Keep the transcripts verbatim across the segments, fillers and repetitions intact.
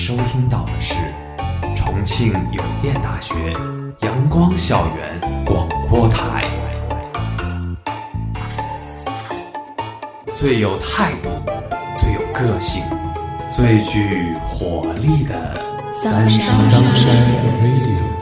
收听到的是重庆邮电大学阳光校园广播台，最有态度、最有个性、最具活力的三山 Radio。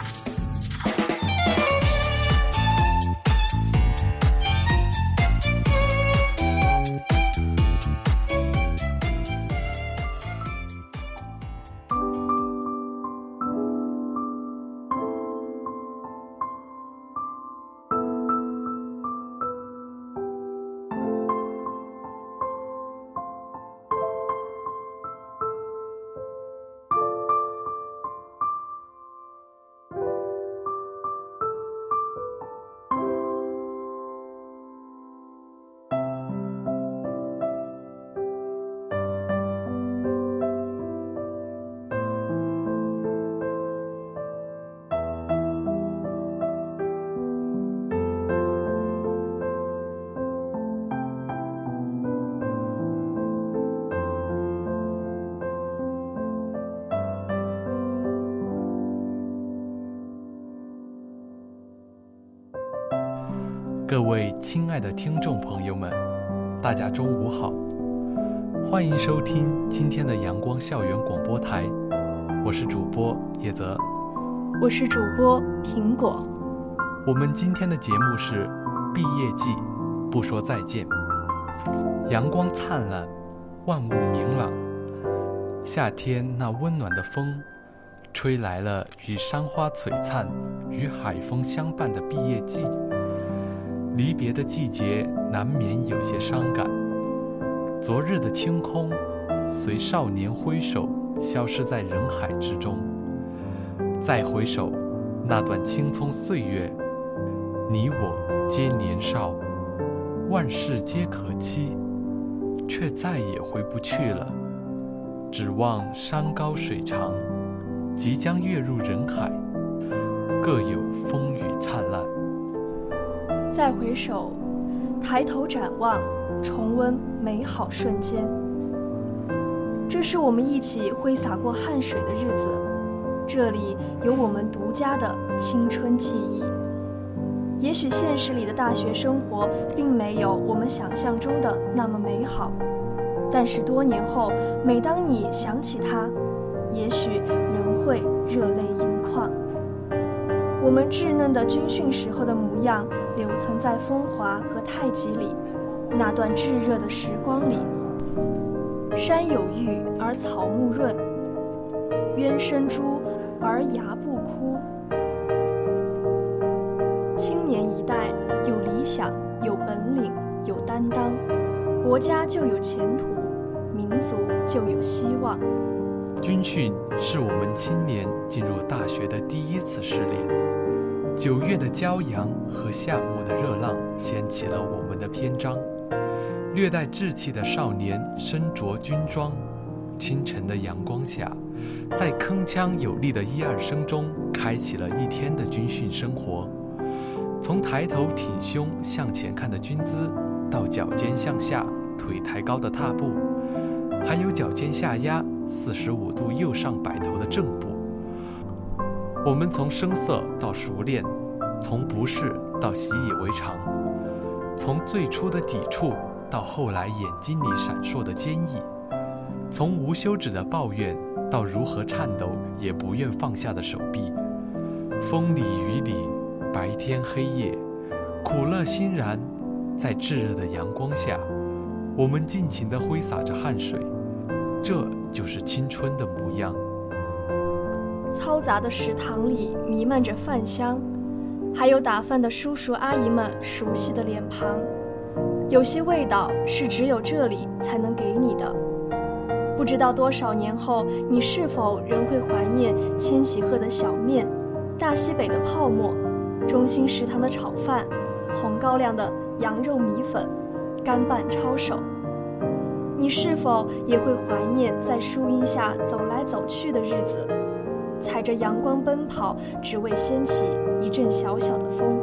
各位亲爱的听众朋友们，大家中午好，欢迎收听今天的阳光校园广播台，我是主播叶泽， 我是主播苹果。 我们今天的节目是毕业季，不说再见。阳光灿烂，万物明朗，夏天那温暖的风，吹来了与山花璀璨、与海风相伴的毕业季。离别的季节难免有些伤感，昨日的清空随少年挥手消失在人海之中，再回首那段青葱岁月，你我皆年少，万事皆可期，却再也回不去了。指望山高水长，即将跃入人海，各有风雨灿烂。 再回首，抬头展望，重温美好瞬间。这是我们一起挥洒过汗水的日子，这里有我们独家的青春记忆。也许现实里的大学生活并没有我们想象中的那么美好，但是多年后，每当你想起它，也许仍会热泪盈眶。我们稚嫩的军训时候的模样留存在风华和太极里，那段炙热的时光里。山有玉而草木润，鸢生珠而芽不枯。青年一代有理想，有本领，有担当，国家就有前途，民族就有希望。 军训是我们青年进入大学的第一次试炼。九月的骄阳和夏末的热浪掀起了我们的篇章，略带稚气的少年身着军装，清晨的阳光下，在铿锵有力的一二声中开启了一天的军训生活。从抬头挺胸向前看的军姿，到脚尖向下腿抬高的踏步，还有脚尖下压四十五度右上摆头的正步。我们从生涩到熟练，从不适到习以为常，从最初的抵触到后来眼睛里闪烁的坚毅，从无休止的抱怨到如何颤抖也不愿放下的手臂。风里雨里，白天黑夜，苦乐欣然，在炙热的阳光下，我们尽情地挥洒着汗水，这就是青春的模样。 嘈杂的食堂里弥漫着饭香，还有打饭的叔叔阿姨们熟悉的脸庞。有些味道是只有这里才能给你的。不知道多少年后，你是否仍会怀念千禧鹤的小面，大西北的泡沫，中心食堂的炒饭，红高粱的羊肉米粉，干拌抄手。你是否也会怀念在树荫下走来走去的日子，踩着阳光奔跑，只为掀起一阵小小的风。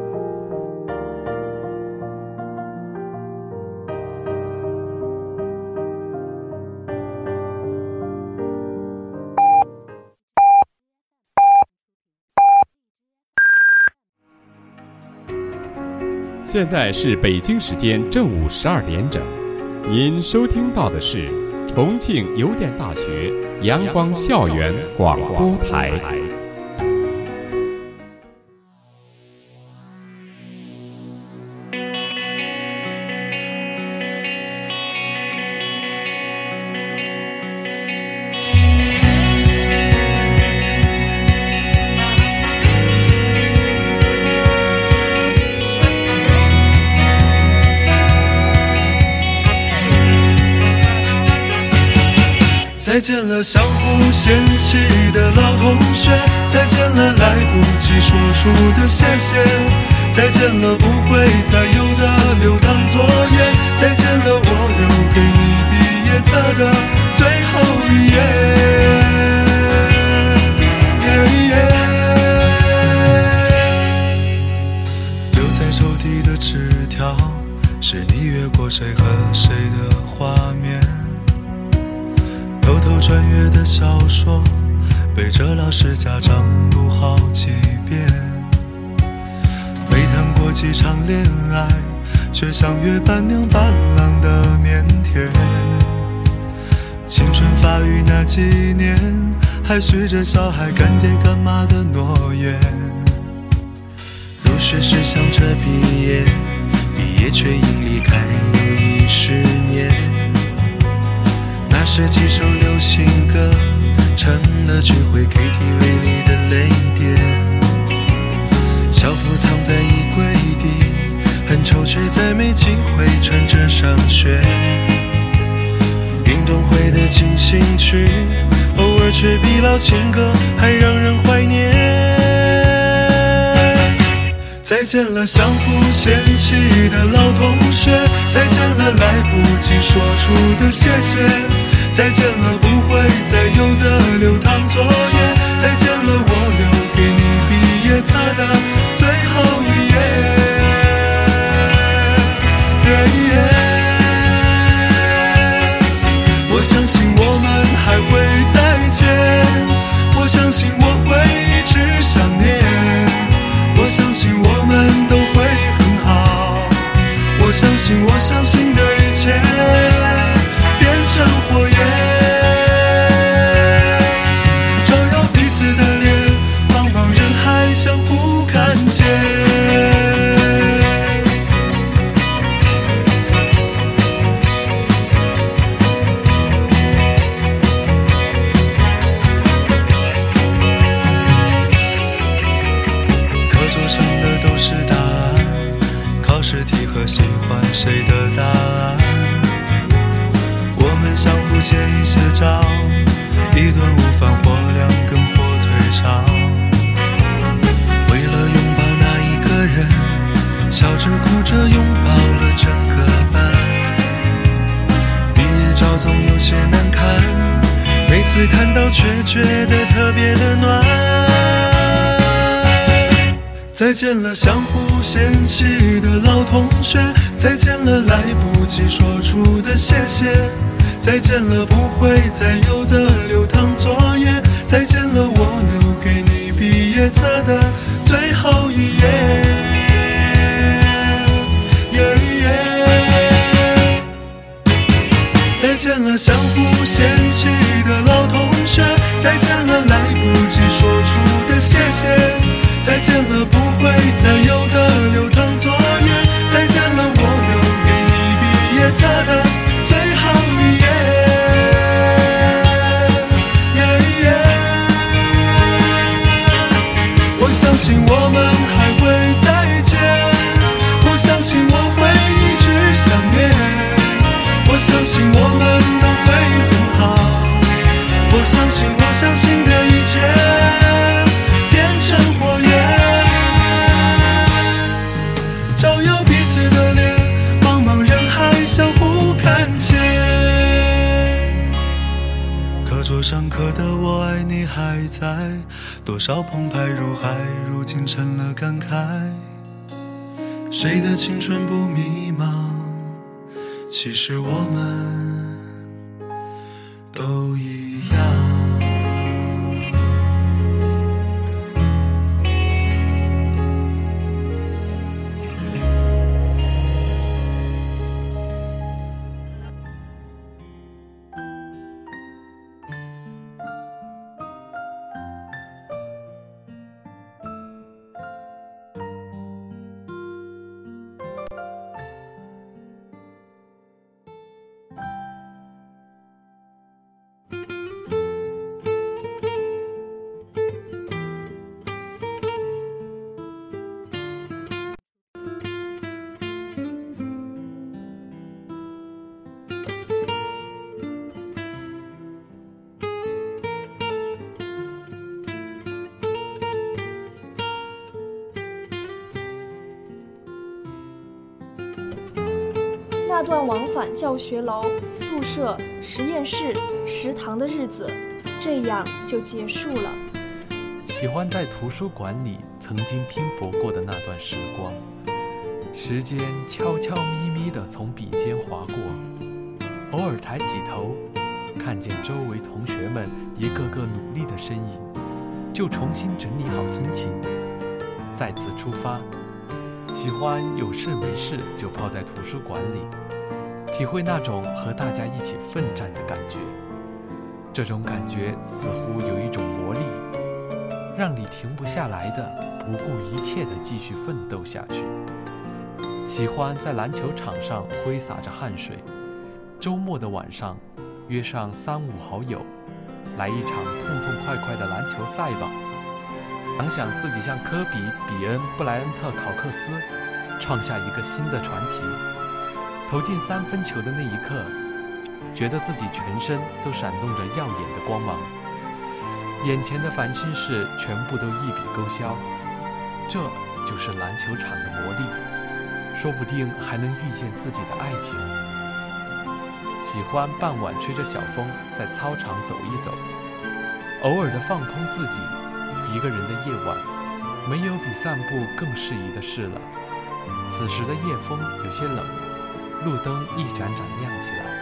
现在是北京时间正午十二点整，您收听到的是重庆邮电大学阳光校园广播台。 再见了相互嫌弃的老同学，再见了来不及说出的谢谢，再见了不会再有的留堂作业，再见了我留给你毕业册的最后一页。留在手底的纸条，是你越过谁和谁的画面，偷偷穿越的小说，背着老师家长读好几遍。没谈过几场恋爱，却像约伴娘伴郎的腼腆。青春发育那几年，还许着小孩干爹干妈的诺言。入学时想着毕业，毕业却因离开又已十年。那是几首流行歌，成了聚会 K T V 里的泪点。校服藏在衣柜底，很丑却再没机会穿着上学。运动会的进行曲，偶尔却比老情歌还让人怀念。再见了相互嫌弃的老同学，再见了来不及说出的谢谢，再见了不会再有的留堂作业，再见了我留给你毕业册的最后一页。我相信我们还会再见，我相信我会一直想念，我相信我们都会很好，我相信我相信的一切变成火焰，照耀彼此的脸，茫茫人海相互看见。课桌上的都是答案，考试题和喜欢谁的答案，我们相互借一些招，一顿午饭或两根火腿肠。为了拥抱那一个人，笑着哭着拥抱了整个班。毕业照总有些难看，每次看到却觉得特别的暖。再见了相互嫌弃的老同学，再见了来不及说出的谢谢，再见了不会再有的留堂作业，再见了我留给你毕业册的最后一页。再见了相互嫌弃的老同学，再见了来不及说出的谢谢，再见了不会再有的留堂作业，再见了我留给你毕业册的最后一页。我相信我们还会再见，我相信我会一直想念，我相信我们都会很好，我相信我相信的一切变成火焰，照耀彼此的脸，茫茫人海相互看见。课桌上刻的我爱你还在，多少澎湃如海，如今成了感慨。谁的青春不迷茫？其实我们都一样。 那段往返教学楼、宿舍、实验室、食堂的日子，这样就结束了。 喜欢在图书馆里曾经拼搏过的那段时光，时间悄悄咪咪地从笔尖划过，偶尔抬起头，看见周围同学们一个个努力的身影，就重新整理好心情，再次出发。喜欢有事没事就泡在图书馆里，体会那种和大家一起奋战的感觉。这种感觉似乎有一种魔力，让你停不下来的，不顾一切的继续奋斗下去。喜欢在篮球场上挥洒着汗水，周末的晚上约上三五好友，来一场痛痛快快的篮球赛吧。想想自己像科比、比恩、布莱恩特、考克斯，创下一个新的传奇。投进三分球的那一刻，觉得自己全身都闪动着耀眼的光芒，眼前的烦心事全部都一笔勾销。这就是篮球场的魔力，说不定还能遇见自己的爱情。喜欢傍晚吹着小风在操场走一走，偶尔的放空自己。一个人的夜晚，没有比散步更适宜的事了。此时的夜风有些冷，路灯一盏盏亮起来。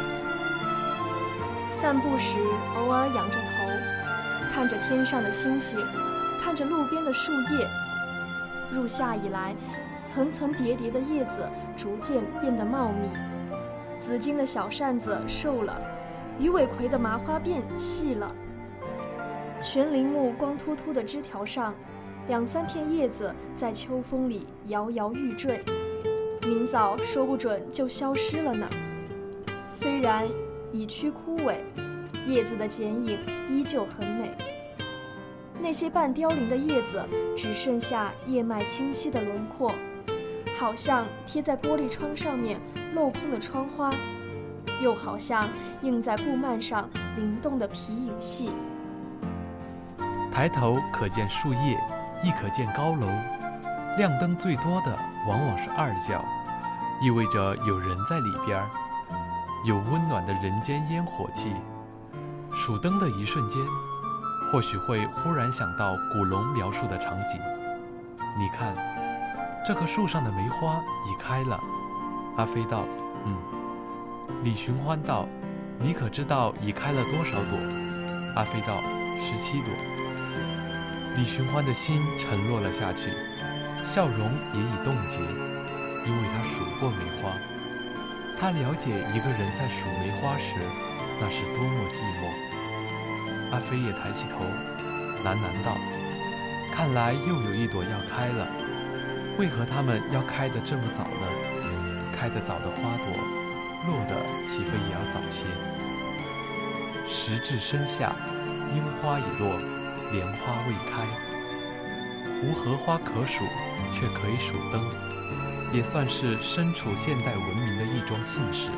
散步时偶尔仰着头，看着天上的星星，看着路边的树叶。入夏以来，层层叠叠的叶子逐渐变得茂密，紫荆的小扇子瘦了，鱼尾葵的麻花辫细了。悬铃木光秃秃的枝条上，两三片叶子在秋风里摇摇欲坠，明早说不准就消失了呢。虽然已趋枯萎，叶子的剪影依旧很美。那些半凋零的叶子只剩下叶脉清晰的轮廓，好像贴在玻璃窗上面镂空的窗花，又好像映在布幔上灵动的皮影戏。 抬头可见树叶，亦可见高楼。亮灯最多的往往是二角，意味着有人在里边，有温暖的人间烟火气。数灯的一瞬间，或许会忽然想到古龙描述的场景。你看，这棵树上的梅花已开了。阿飞道：嗯。李寻欢道：你可知道已开了多少朵？阿飞道：十七朵。李寻欢的心沉落了下去，笑容也已冻结，因为他数过梅花。他了解一个人在数梅花时，那是多么寂寞。阿飞也抬起头，喃喃道：看来又有一朵要开了，为何它们要开得这么早呢？开得早的花朵，落得岂非也要早些？时至深夏，樱花已落，莲花未开，无荷花可数，却可以数灯，也算是身处现代文明的一桩幸事。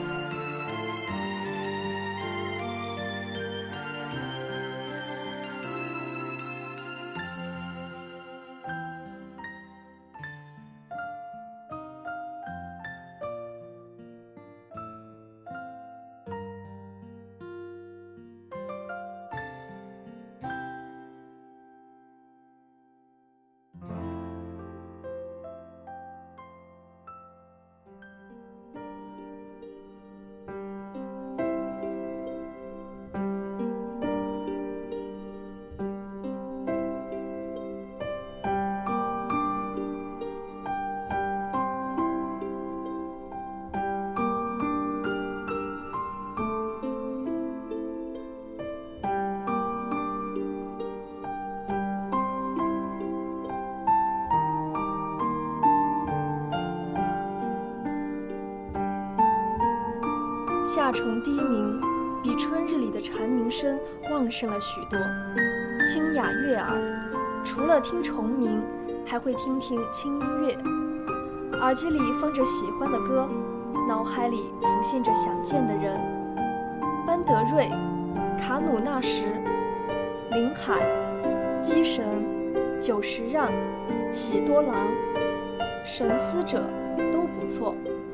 夏虫低鸣，比春日里的蝉鸣声旺盛了许多，清雅悦耳。除了听虫鸣，还会听听轻音乐，耳机里放着喜欢的歌，脑海里浮现着想见的人。班德瑞、卡努纳什、林海、基神、久石让、喜多郎、神思者都不错。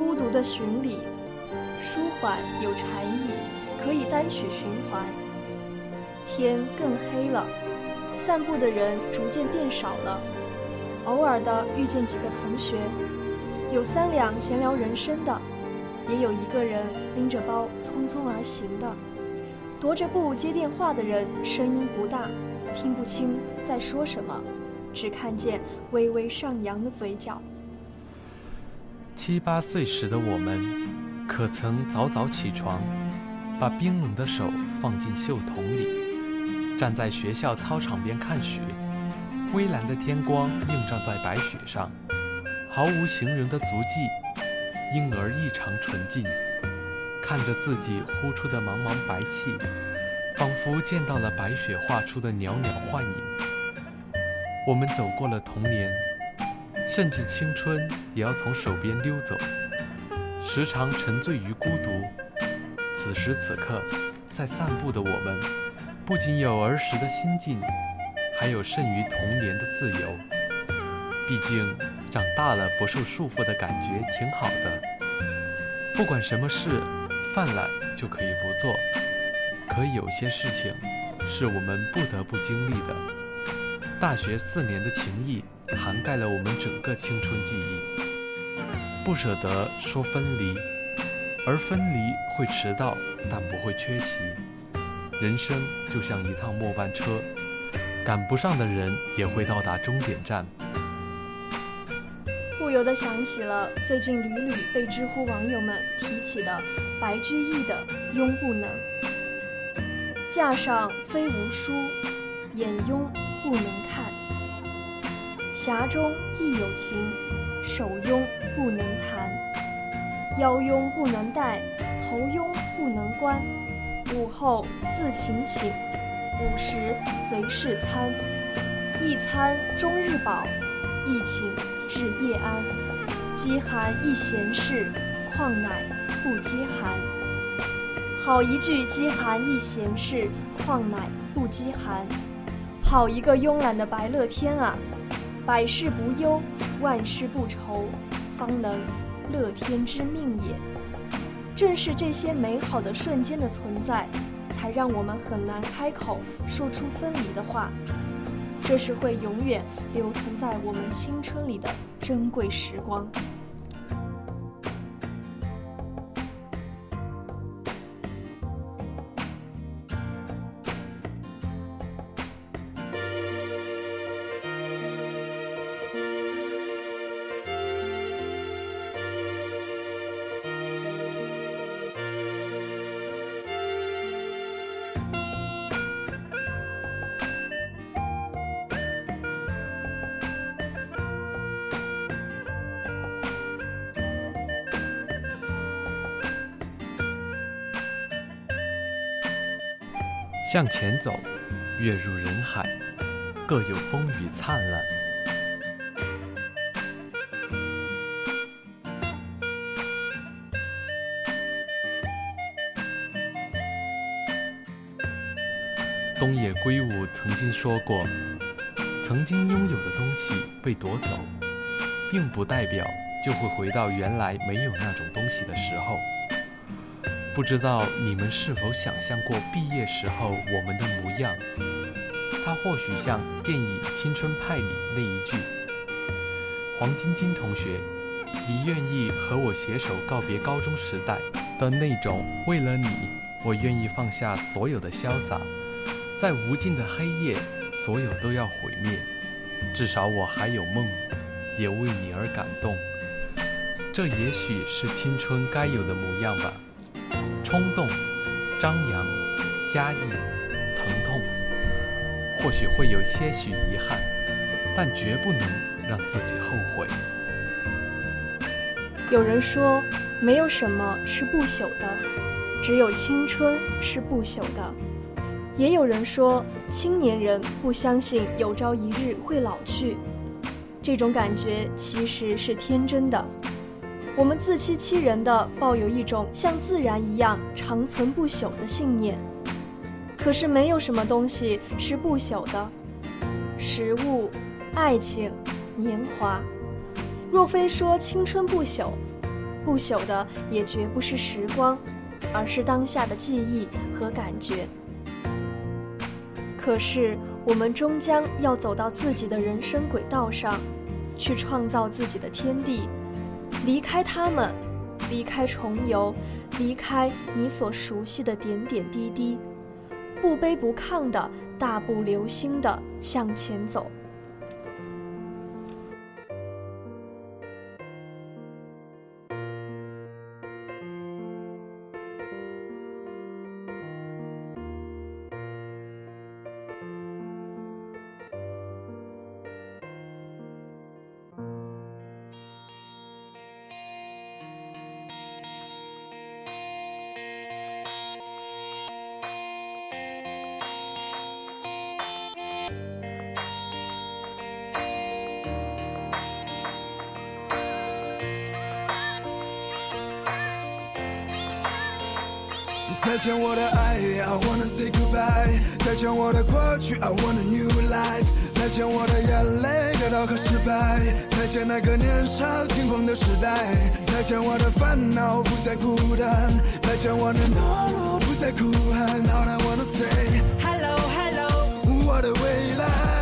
孤独的巡礼，舒缓有禅意，可以单曲循环。天更黑了，散步的人逐渐变少了，偶尔的遇见几个同学，有三两闲聊人生的，也有一个人拎着包匆匆而行的，踱着步接电话的人声音不大，听不清在说什么，只看见微微上扬的嘴角。 七八岁时的我们，可曾早早起床，把冰冷的手放进袖筒里，站在学校操场边看雪，微蓝的天光映照在白雪上，毫无行人的足迹，婴儿异常纯净，看着自己呼出的茫茫白气，仿佛见到了白雪画出的袅袅幻影。我们走过了童年，甚至青春也要从手边溜走，时常沉醉于孤独。此时此刻，在散步的我们，不仅有儿时的心境，还有甚于童年的自由。毕竟长大了不受束缚的感觉挺好的，不管什么事犯懒就可以不做，可有些事情是我们不得不经历的。大学四年的情谊涵盖了我们整个青春记忆，不舍得说分离，而分离会迟到，但不会缺席。人生就像一趟末班车，赶不上的人也会到达终点站。 不由得想起了最近屡屡被知乎网友们提起的白居易的《庸不能》。架上非无书，眼庸不能看。匣中亦有情，手庸不能弹。腰庸不能戴，头庸不能观。午后自请请，午时随事餐。一餐终日饱，一寝至夜安。饥寒亦闲事，况乃不饥寒。好一句饥寒亦闲事，况乃不饥寒。好一个慵懒的白乐天啊！百事不忧，万事不愁，方能乐天之命也。正是这些美好的瞬间的存在，才让我们很难开口说出分离的话。这是会永远留存在我们青春里的珍贵时光。 向前走，跃入人海，各有风雨灿烂。东野圭吾曾经说过，曾经拥有的东西被夺走，并不代表就会回到原来没有那种东西的时候。不知道你们是否想象过毕业时候我们的模样？它或许像电影《青春派》里那一句：黄晶晶同学，你愿意和我携手告别高中时代的那种为了你，我愿意放下所有的潇洒，在无尽的黑夜，所有都要毁灭，至少我还有梦，也为你而感动。这也许是青春该有的模样吧。冲动、张扬、压抑、疼痛，或许会有些许遗憾，但绝不能让自己后悔。 有人说，没有什么是不朽的，只有青春是不朽的。也有人说，青年人不相信有朝一日会老去，这种感觉其实是天真的。我们自欺欺人地抱有一种像自然一样长存不朽的信念，可是没有什么东西是不朽的，食物、爱情、年华。若非说青春不朽， 不朽的也绝不是时光，而是当下的记忆和感觉。可是我们终将要走到自己的人生轨道上，去创造自己的天地，离开他们，离开重游，离开你所熟悉的点点滴滴，不卑不亢的大步流星的向前走。 再见我的爱 I wanna say goodbye， 再见我的过去 I want a new life， 再见我的眼泪得到和失败，再见那个年少轻狂的时代，再见我的烦恼不再孤单，再见我的懦弱不再哭喊。 All I wanna say Hello Hello， 我的未来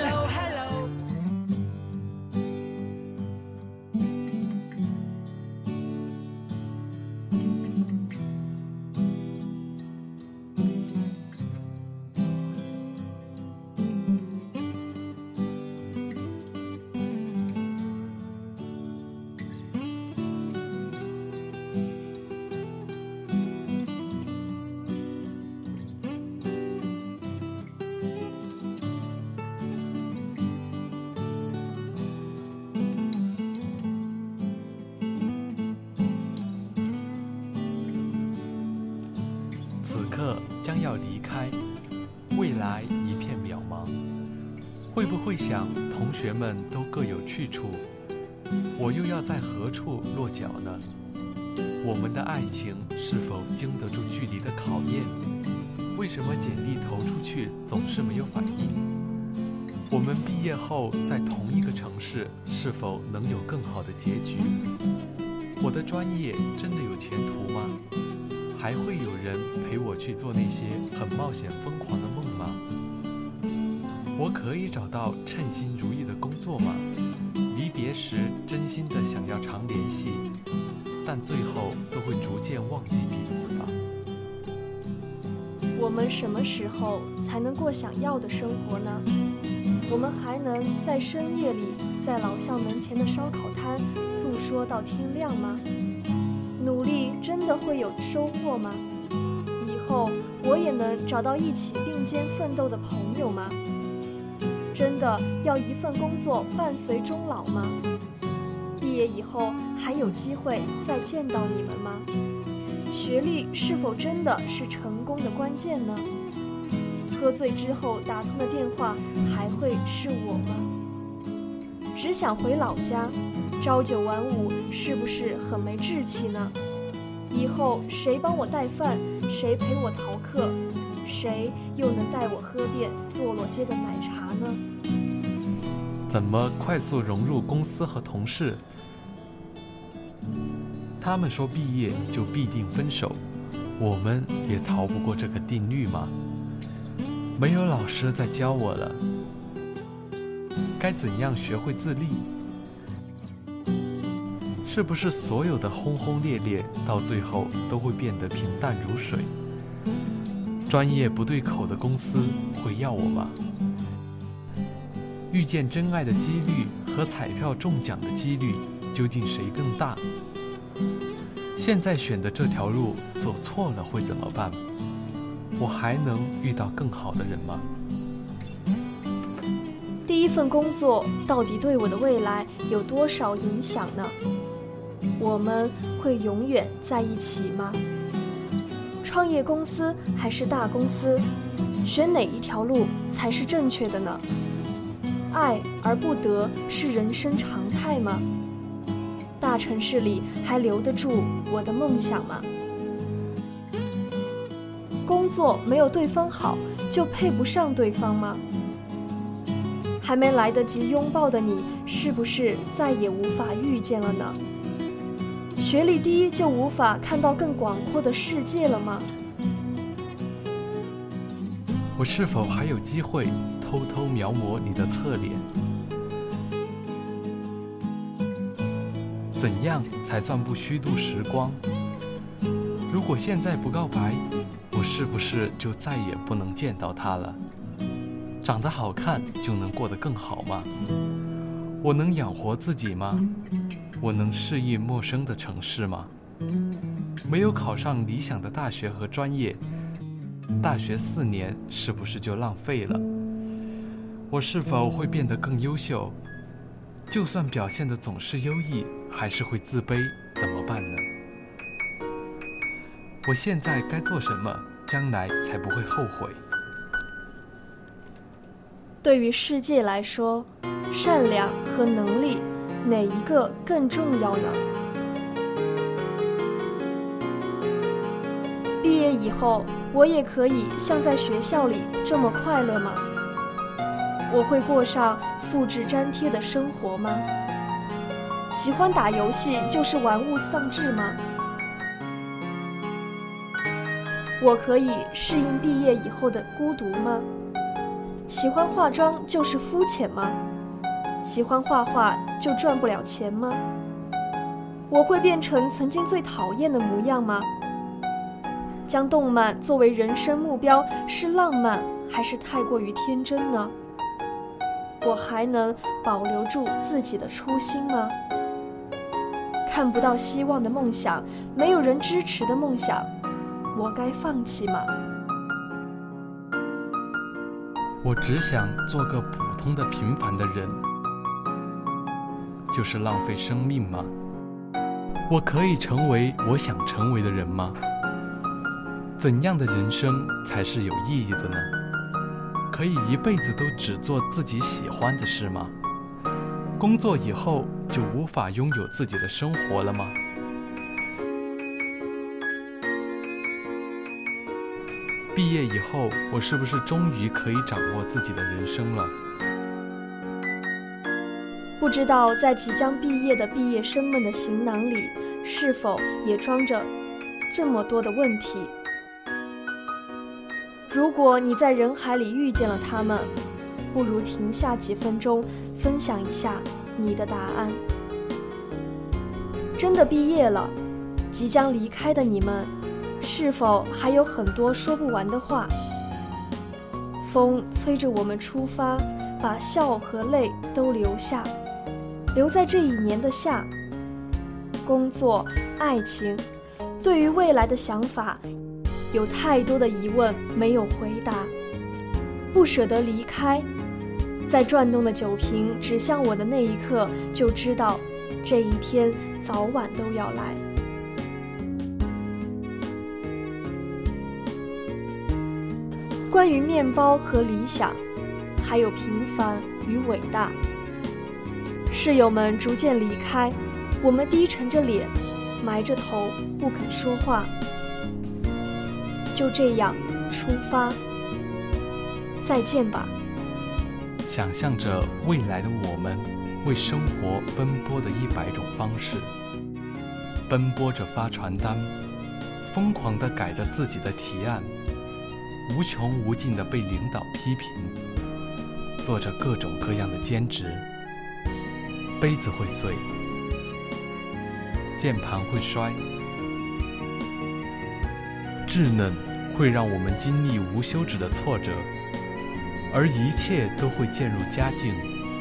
将要离开，未来一片渺茫，会不会想同学们都各有去处，我又要在何处落脚呢？我们的爱情是否经得住距离的考验？为什么简历投出去总是没有反应？我们毕业后在同一个城市，是否能有更好的结局？我的专业真的有前途吗？还会有人陪我去做那些很冒险疯狂的梦吗？我可以找到称心如意的工作吗？离别时真心的想要常联系，但最后都会逐渐忘记彼此吧。 我们什么时候才能过想要的生活呢？我们还能在深夜里在老校门前的烧烤摊诉说到天亮吗？努力真的会有收获吗？以后我也能找到一起并肩奋斗的朋友吗？真的要一份工作伴随终老吗？毕业以后还有机会再见到你们吗？学历是否真的是成功的关键呢？喝醉之后打通的电话还会是我吗？只想回老家，朝九晚五是不是很没志气呢？以后谁帮我带饭，谁陪我逃课，谁又能带我喝遍堕落街的奶茶呢？ 怎么快速融入公司和同事？他们说毕业就必定分手，我们也逃不过这个定律吗？没有老师在教我了，该怎样学会自立？是不是所有的轰轰烈烈到最后都会变得平淡如水？专业不对口的公司会要我吗？遇见真爱的几率和彩票中奖的几率究竟谁更大？现在选的这条路走错了会怎么办？我还能遇到更好的人吗？ 第一份工作到底对我的未来有多少影响呢？我们会永远在一起吗？创业公司还是大公司，选哪一条路才是正确的呢？爱而不得是人生常态吗？大城市里还留得住我的梦想吗？工作没有对方好，就配不上对方吗？还没来得及拥抱的你，是不是再也无法遇见了呢？ 学历低就无法看到更广阔的世界了吗？ 我是否还有机会偷偷描摹你的侧脸？怎样才算不虚度时光？如果现在不告白，我是不是就再也不能见到他了？长得好看就能过得更好吗？我能养活自己吗？我能适应陌生的城市吗？没有考上理想的大学和专业，大学四年是不是就浪费了？我是否会变得更优秀？就算表现得总是优异，还是会自卑，怎么办呢？我现在该做什么，将来才不会后悔？ 对于世界来说，善良和能力，哪一个更重要呢？毕业以后，我也可以像在学校里这么快乐吗？我会过上复制粘贴的生活吗？喜欢打游戏就是玩物丧志吗？我可以适应毕业以后的孤独吗？喜欢化妆就是肤浅吗？喜欢画画就赚不了钱吗？我会变成曾经最讨厌的模样吗？将动漫作为人生目标是浪漫还是太过于天真呢？我还能保留住自己的初心吗？看不到希望的梦想，没有人支持的梦想，我该放弃吗？ 我只想做个普通的平凡的人，就是浪费生命吗？我可以成为我想成为的人吗？怎样的人生才是有意义的呢？可以一辈子都只做自己喜欢的事吗？工作以后就无法拥有自己的生活了吗？毕业以后，我是不是终于可以掌握自己的人生了？ 不知道在即将毕业的毕业生们的行囊里，是否也装着这么多的问题？如果你在人海里遇见了他们，不如停下几分钟，分享一下你的答案。真的毕业了，即将离开的你们，是否还有很多说不完的话？风催着我们出发，把笑和泪都留下，留在这一年的夏。工作、爱情，对于未来的想法，有太多的疑问没有回答，不舍得离开。在转动的酒瓶指向我的那一刻，就知道这一天早晚都要来。关于面包和理想，还有平凡与伟大。室友们逐渐离开，我们低沉着脸，埋着头，不肯说话。就这样出发，再见吧。 想象着未来的我们，为生活奔波的一百种方式，奔波着发传单，疯狂地改着自己的提案，无穷无尽地被领导批评，做着各种各样的兼职。杯子会碎，键盘会摔，稚嫩会让我们经历无休止的挫折，而一切都会渐入佳境。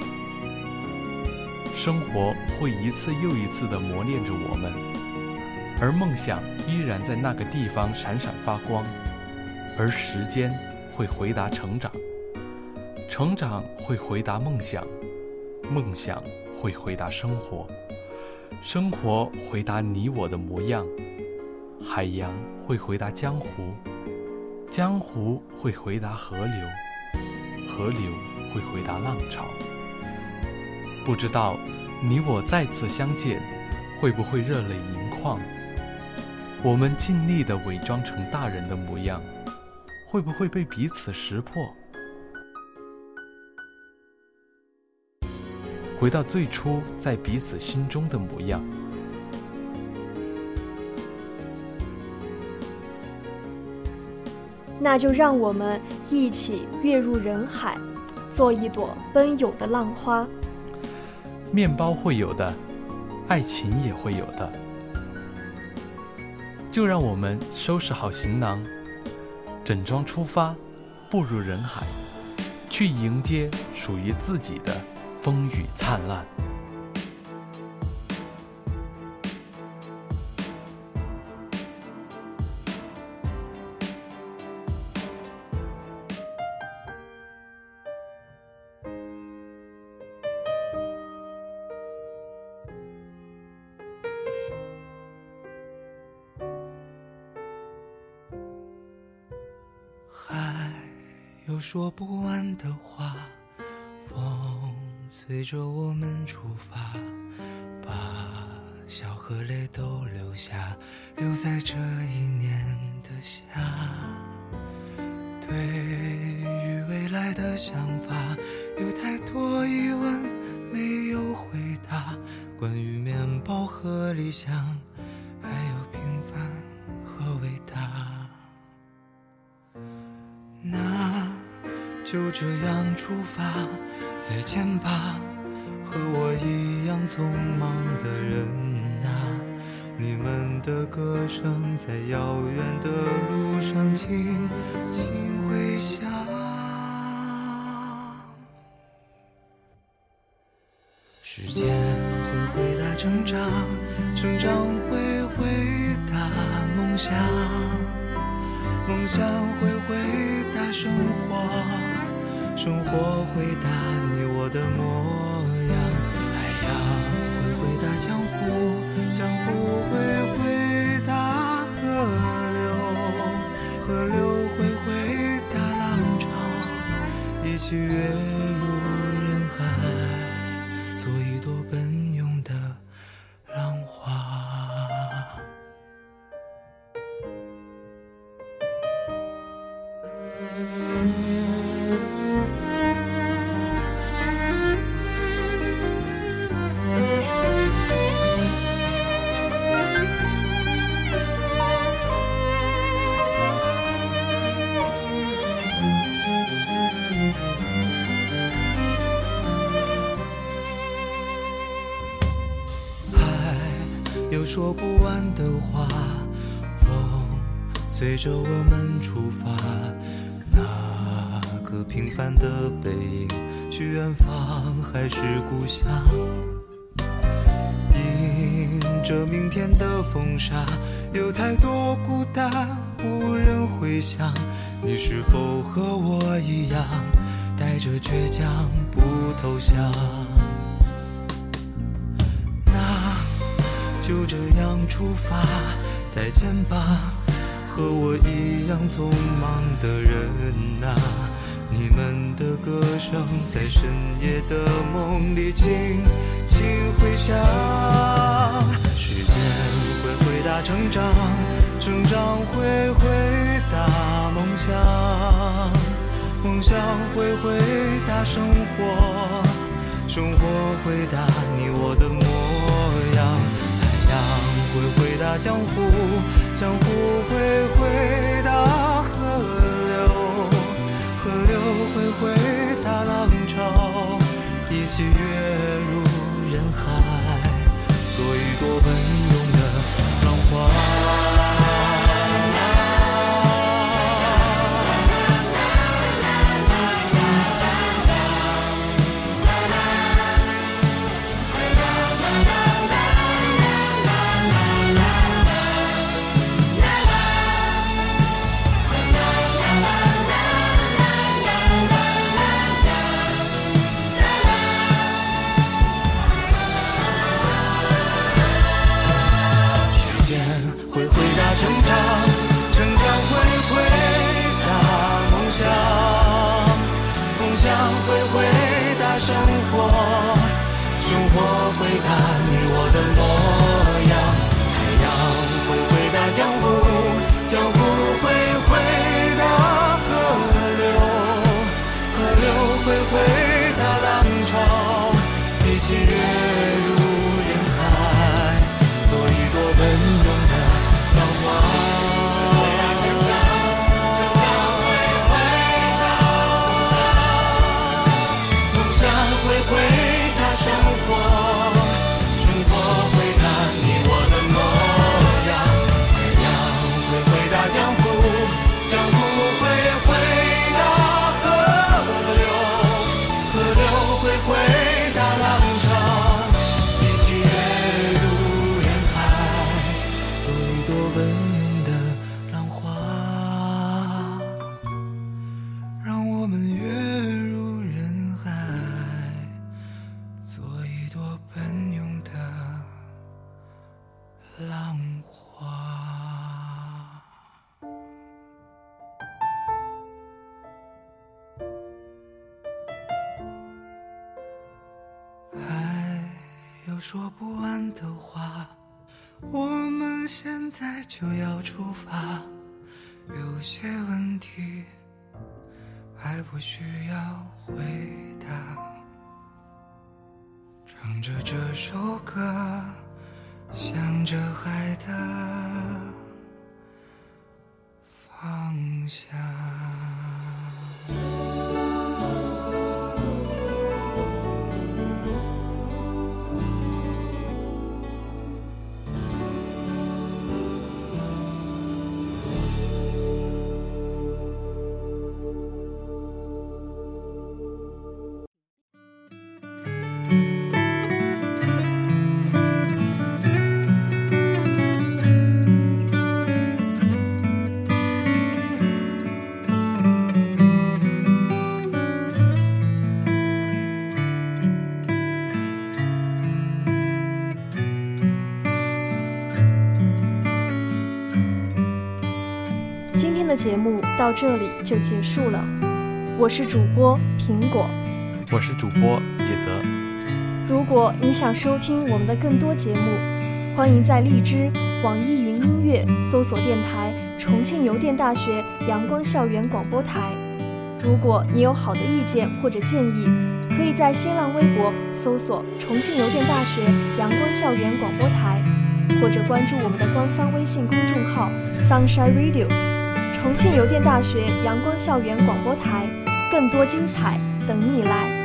生活会一次又一次地磨练着我们，而梦想依然在那个地方闪闪发光。而时间会回答成长，成长会回答梦想，梦想会回答生活，生活回答你我的模样，海洋会回答江湖，江湖会回答河流，河流会回答浪潮。不知道你我再次相见，会不会热泪盈眶？我们尽力地伪装成大人的模样，会不会被彼此识破？回到最初在彼此心中的模样。 那就让我们一起跃入人海，做一朵奔涌的浪花。 面包会有的，爱情也会有的。就让我们收拾好行囊，整装出发，步入人海，去迎接属于自己的风雨灿烂。 还有说不完的话，风随着我们出发，把笑和泪都留下，留在这一年的夏。对于未来的想法，有太多疑问没有回答，关于面包和理想，还有平凡和伟大。那就这样出发，再见吧，和我一样匆忙的人啊，你们的歌声在遥远的路上轻轻回响。时间会回答成长，成长会回答梦想，梦想会回答生活，生活回答你我的模样。海洋会回答江湖，江湖会回答河流，河流会回答浪潮，一起跃入人海，做一朵奔涌的浪花。有说不完的话，风随着我们出发，那个平凡的背影，去远方还是故乡？迎着明天的风沙，有太多孤单无人回响，你是否和我一样，带着倔强不投降？就这样出发，再见吧，和我一样匆忙的人啊，你们的歌声在深夜的梦里轻轻回响。时间会回答成长，成长会回答梦想，梦想会回答生活，生活回答你我的模样。海洋会回答江湖，江湖会回答河流，河流会回答浪潮，一起跃入人海，做一朵奔涌的浪花。成长，成长会回答梦想，梦想会回答生活，生活回答你我的模样。海洋会回答江湖，江湖会回答河流，河流会回答浪潮，一起跃入人海，做一朵奔涌的浪花。成长，成长说不完的话，我们现在就要出发，有些问题还不需要回答。唱着这首歌，想着海的方向。 今天的节目到这里就结束了，我是主播苹果， 我是主播叶泽。 如果你想收听我们的更多节目，欢迎在荔枝、网易云音乐搜索电台重庆邮电大学阳光校园广播台。如果你有好的意见或者建议，可以在新浪微博搜索重庆邮电大学阳光校园广播台，或者关注我们的官方微信公众号 Sunshine Radio。重庆邮电大学阳光校园广播台，更多精彩等你来。